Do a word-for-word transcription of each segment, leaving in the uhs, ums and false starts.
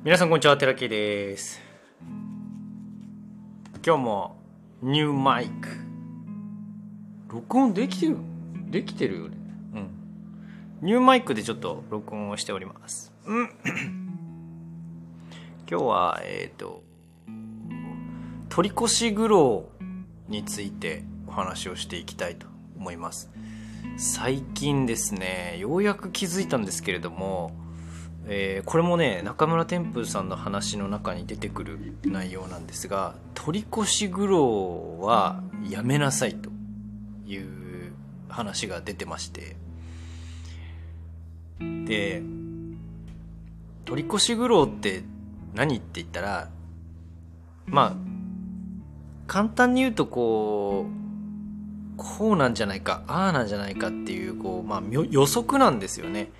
皆さんこんにちは、寺木です。今日もニューマイク録音できてるできてるよね。うんニューマイクでちょっと録音をしております。うん今日はえっ、ー、と取り越し苦労についてお話をしていきたいと思います。最近ですね、ようやく気づいたんですけれども、えー、これもね、中村天風さんの話の中に出てくる内容なんですが、取り越し苦労はやめなさいという話が出てまして、で取り越し苦労って何って言ったら、まあ簡単に言うとこうこうなんじゃないかああなんじゃないかっていうこう、まあ、予測なんですよね。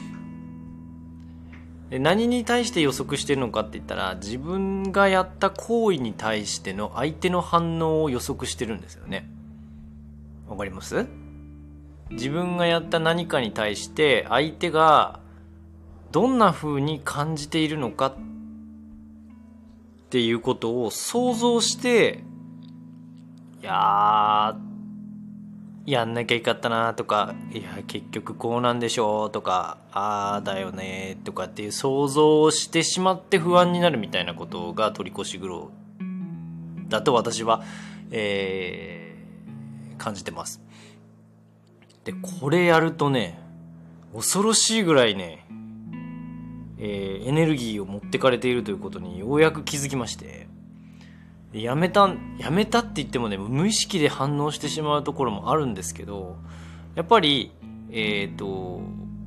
で何に対して予測してるのかって言ったら、自分がやった行為に対しての相手の反応を予測してるんですよね。わかります？自分がやった何かに対して相手がどんな風に感じているのかっていうことを想像して、いやーやんなきゃいかったなとか、いや結局こうなんでしょうとか、あーだよねとかっていう想像をしてしまって不安になるみたいなことが取り越し苦労だと私は、えー、感じてます。でこれやるとね、恐ろしいぐらいね、えー、エネルギーを持ってかれているということにようやく気づきまして、やめたやめたって言ってもね、無意識で反応してしまうところもあるんですけど、やっぱりえっと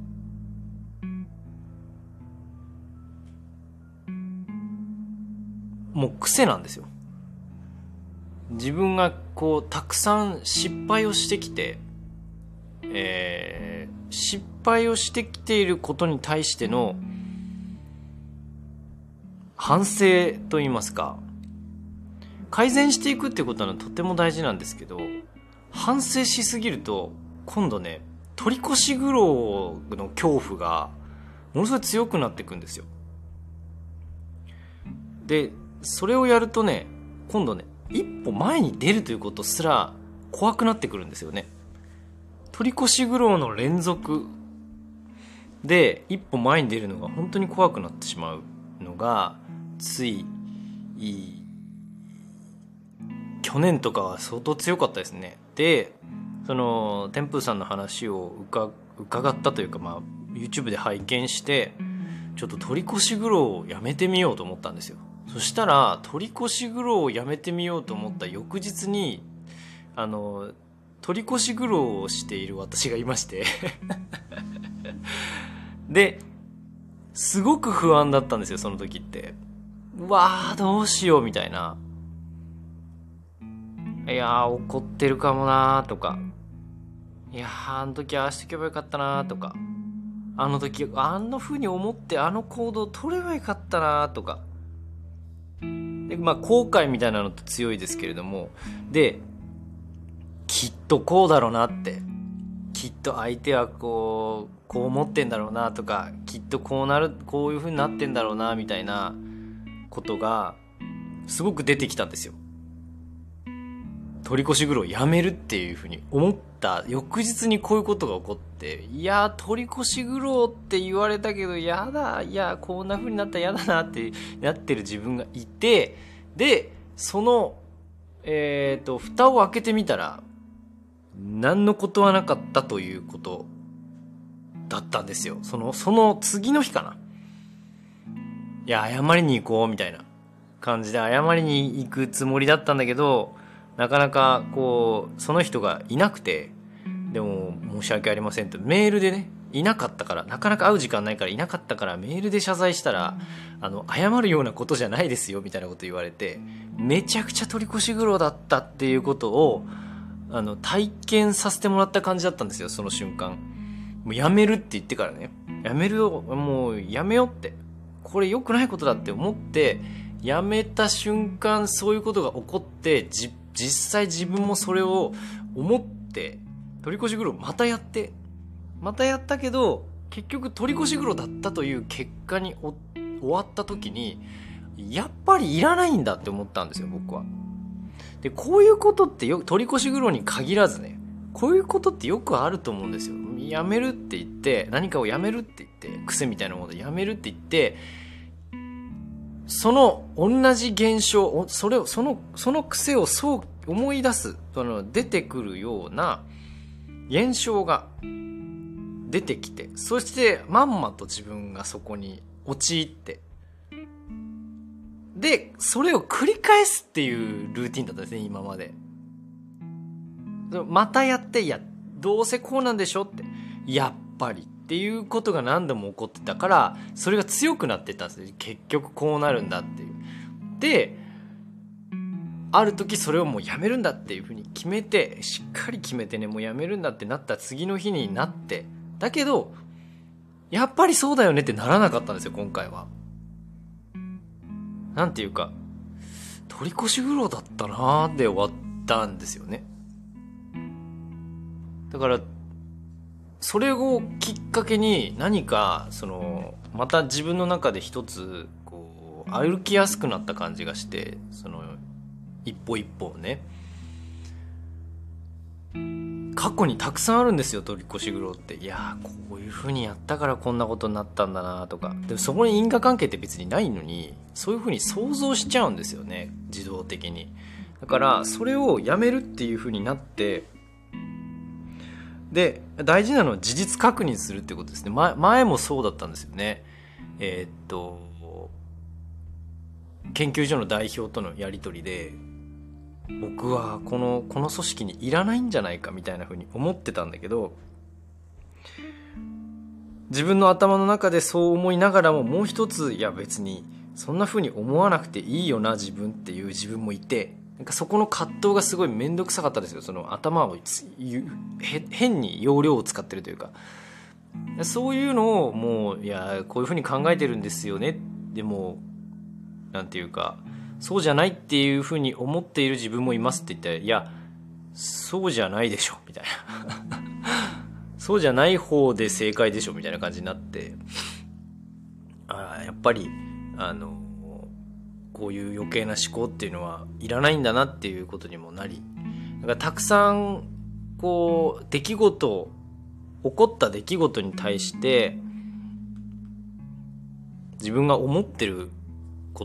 もう癖なんですよ。自分がこうたくさん失敗をしてきて、えー、失敗をしてきていることに対しての反省と言いますか、改善していくってことはとても大事なんですけど、反省しすぎると今度ね、取り越し苦労の恐怖がものすごい強くなっていくんですよ。でそれをやるとね、今度ね、一歩前に出るということすら怖くなってくるんですよね。取り越し苦労の連続で一歩前に出るのが本当に怖くなってしまうのが、つい去年とかは相当強かったですね。でその天風さんの話を伺ったというか、まあ YouTube で拝見して、ちょっと取り越し苦労をやめてみようと思ったんですよ。そしたら取り越し苦労をやめてみようと思った翌日に、あの取り越し苦労をしている私がいましてですごく不安だったんですよ、その時って。うわーどうしようみたいな、いやー怒ってるかもなーとか、いやーあの時ああしておけばよかったなーとか、あの時あんな風に思ってあの行動取ればよかったなーとかで、まあ後悔みたいなのって強いですけれども、できっとこうだろうなって、きっと相手はこうこう思ってんだろうなとか、きっとこうなるこういう風になってんだろうなみたいなことがすごく出てきたんですよ。取り越し苦労をやめるっていうふうに思った翌日にこういうことが起こって、いや取り越し苦労って言われたけどやだ、いやこんなふうになったらやだなってなってる自分がいて、でそのえっと蓋を開けてみたら何のことはなかったということだったんですよ。そのその次の日かな、いや謝りに行こうみたいな感じで謝りに行くつもりだったんだけど、なかなかこうその人がいなくて、でも申し訳ありませんとメールでね、いなかったから、なかなか会う時間ないからいなかったからメールで謝罪したら、あの謝るようなことじゃないですよみたいなこと言われて、めちゃくちゃ取り越し苦労だったっていうことをあの体験させてもらった感じだったんですよ、その瞬間。もうやめるって言ってからね、やめるよ、もうやめようって、これ良くないことだって思ってやめた瞬間、そういうことが起こってじ実際自分もそれを思って取り越し苦労またやってまたやったけど、結局取り越し苦労だったという結果に終わった時にやっぱりいらないんだって思ったんですよ、僕は。でこういうことってよ取り越し苦労に限らずね、こういうことってよくあると思うんですよ。やめるって言って、何かをやめるって言って、癖みたいなものでやめるって言って、その同じ現象、それをそのその癖をそう思い出す、その出てくるような現象が出てきて、そしてまんまと自分がそこに陥って、でそれを繰り返すっていうルーティンだったんですね、今まで。またやって、いやどうせこうなんでしょって、やっぱりっていうことが何度も起こってたから、それが強くなってったんですよ。結局こうなるんだっていう。である時それをもうやめるんだっていうふうに決めて、しっかり決めてね、もうやめるんだってなった次の日になって、だけどやっぱりそうだよねってならなかったんですよ、今回は。なんていうか、取り越し苦労だったなーで終わったんですよね。だからそれをきっかけに何かそのまた自分の中で一つこう歩きやすくなった感じがして、その一歩一歩ね、過去にたくさんあるんですよ、取り越し苦労って。いやー、こういう風にやったからこんなことになったんだなとか。でもそこに因果関係って別にないのに、そういう風に想像しちゃうんですよね、自動的に。だからそれをやめるっていう風になって、で大事なのは事実確認するってことですね。前、前もそうだったんですよね。えー、っと研究所の代表とのやり取りで、僕はこのこの組織にいらないんじゃないかみたいな風に思ってたんだけど、自分の頭の中でそう思いながらも、もう一つ、いや別にそんな風に思わなくていいよな自分っていう自分もいて、なんかそこの葛藤がすごい面倒くさかったですよ。その頭を変に容量を使ってるというか、そういうのをもう、いやこういう風に考えてるんですよね、でもなんていうか、そうじゃないっていう風に思っている自分もいますって言ったら、いやそうじゃないでしょみたいなそうじゃない方で正解でしょみたいな感じになって、あやっぱりあのこういう余計な思考っていうのはいらないんだなっていうことにもなり、だからたくさんこう出来事、起こった出来事に対して自分が思ってること、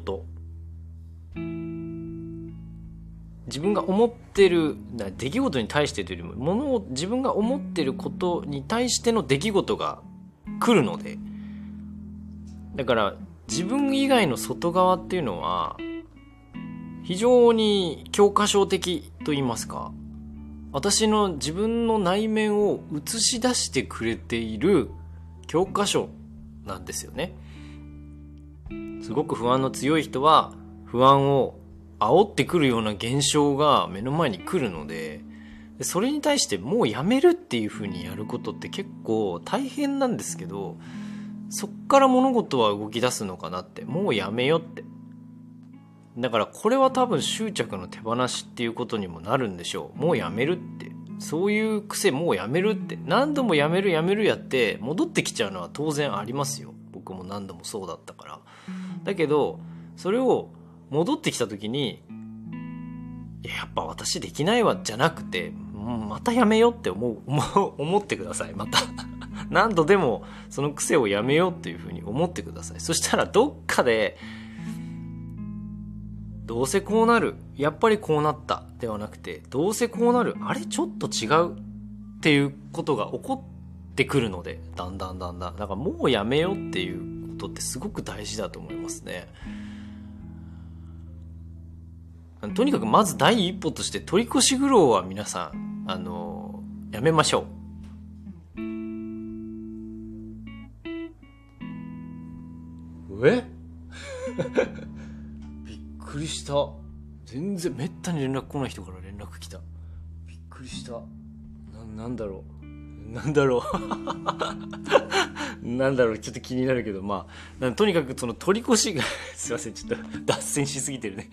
自分が思ってる出来事に対してというよりも、ものを自分が思ってることに対しての出来事が来るので、だから自分以外の外側っていうのは非常に教科書的と言いますか、私の自分の内面を映し出してくれている教科書なんですよね。すごく不安の強い人は不安を煽ってくるような現象が目の前に来るので、それに対してもうやめるっていう風にやることって結構大変なんですけど、そっから物事は動き出すのかなって。もうやめよって。だからこれは多分執着の手放しっていうことにもなるんでしょう。もうやめるって、そういう癖もうやめるって、何度もやめるやめるやって戻ってきちゃうのは当然ありますよ。僕も何度もそうだったから。だけどそれを戻ってきた時に、いややっぱ私できないわじゃなくて、またやめようって思う思ってください。また何度でもその癖をやめようっていう風に思ってください。そしたらどっかで、どうせこうなる、やっぱりこうなったではなくて、どうせこうなる、あれちょっと違うっていうことが起こってくるので、だんだんだんだんだからもうやめようっていうことってすごく大事だと思いますね。とにかくまず第一歩として、取り越し苦労は皆さんあのやめましょう。えびっくりした。全然めったに連絡来ない人から連絡来た。びっくりした。な、なんだろうなんだろうなんだろうちょっと気になるけど、まあとにかくその取り越しがすいません、ちょっと脱線しすぎてるね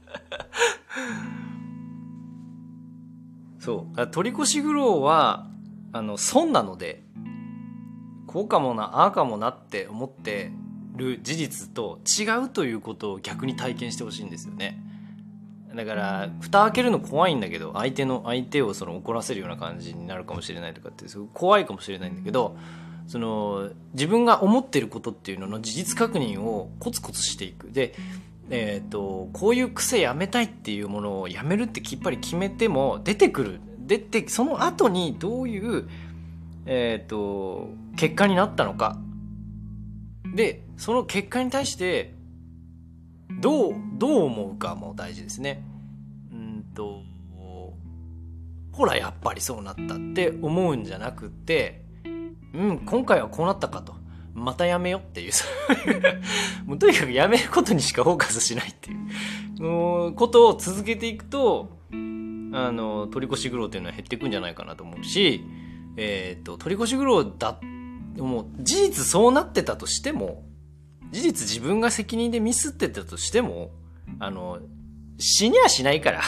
そう取り越し苦労はあの損なので、こうかもなああかもなって思ってる事実と違うということを逆に体験してほしいんですよね。だから蓋開けるの怖いんだけど、相手の相手をその怒らせるような感じになるかもしれないとかってすごい怖いかもしれないんだけど、その自分が思ってることっていうのの事実確認をコツコツしていく。で、えーと、こういう癖やめたいっていうものをやめるってきっぱり決めても出てくる。出てその後にどういう、えーと、結果になったのか。で、その結果に対してどうどう思うかも大事ですね。うんとほらやっぱりそうなったって思うんじゃなくて、うん今回はこうなったかと、またやめよっていうもうとにかくやめることにしかフォーカスしないっていうことを続けていくと、あの取り越し苦労っていうのは減っていくんじゃないかなと思うし、えっと取り越し苦労だもう事実そうなってたとしても、事実自分が責任でミスってたとしても、あの死にはしないから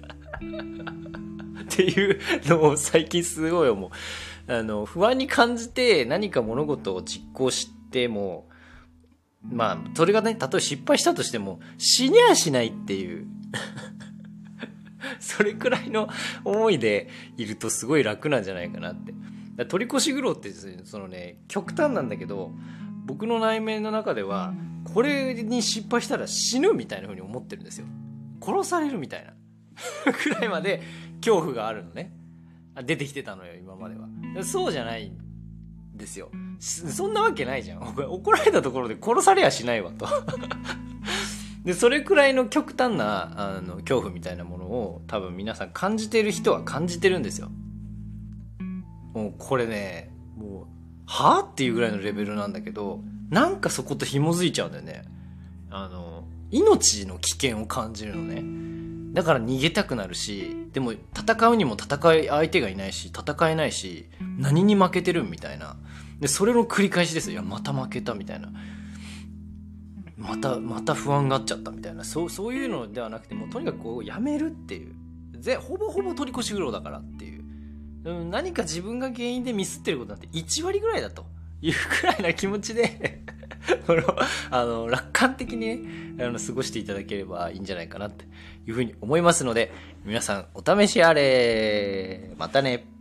っていうのを最近すごい思う。あの不安に感じて何か物事を実行しても、まあそれがね、たとえ失敗したとしても死にはしないっていうそれくらいの思いでいるとすごい楽なんじゃないかなって。だ取り越し苦労ってそのね、極端なんだけど、僕の内面の中ではこれに失敗したら死ぬみたいな風に思ってるんですよ。殺されるみたいなくらいまで恐怖があるのね。出てきてたのよ今までは。そうじゃないんですよ。そんなわけないじゃん。怒られたところで殺されやしないわとでそれくらいの極端なあの恐怖みたいなものを多分皆さん感じてる人は感じてるんですよ。もうこれね、もうはぁっていうぐらいのレベルなんだけど、なんかそこと紐づいちゃうんだよね。あの命の危険を感じるのね。だから逃げたくなるし、でも戦うにも戦い相手がいないし、戦えないし、何に負けてるみたいな。でそれの繰り返しですよ。いやまた負けたみたいな、またまた不安がっちゃったみたいな、そうそういうのではなくて、もうとにかくこうやめるっていう、ぜほぼほぼ取り越し苦労だからっていう、うん、何か自分が原因でミスってることなんていち割ぐらいだというくらいな気持ちでこのあの楽観的にね、あの過ごしていただければいいんじゃないかなっていうふうに思いますので、皆さんお試しあれ。またね。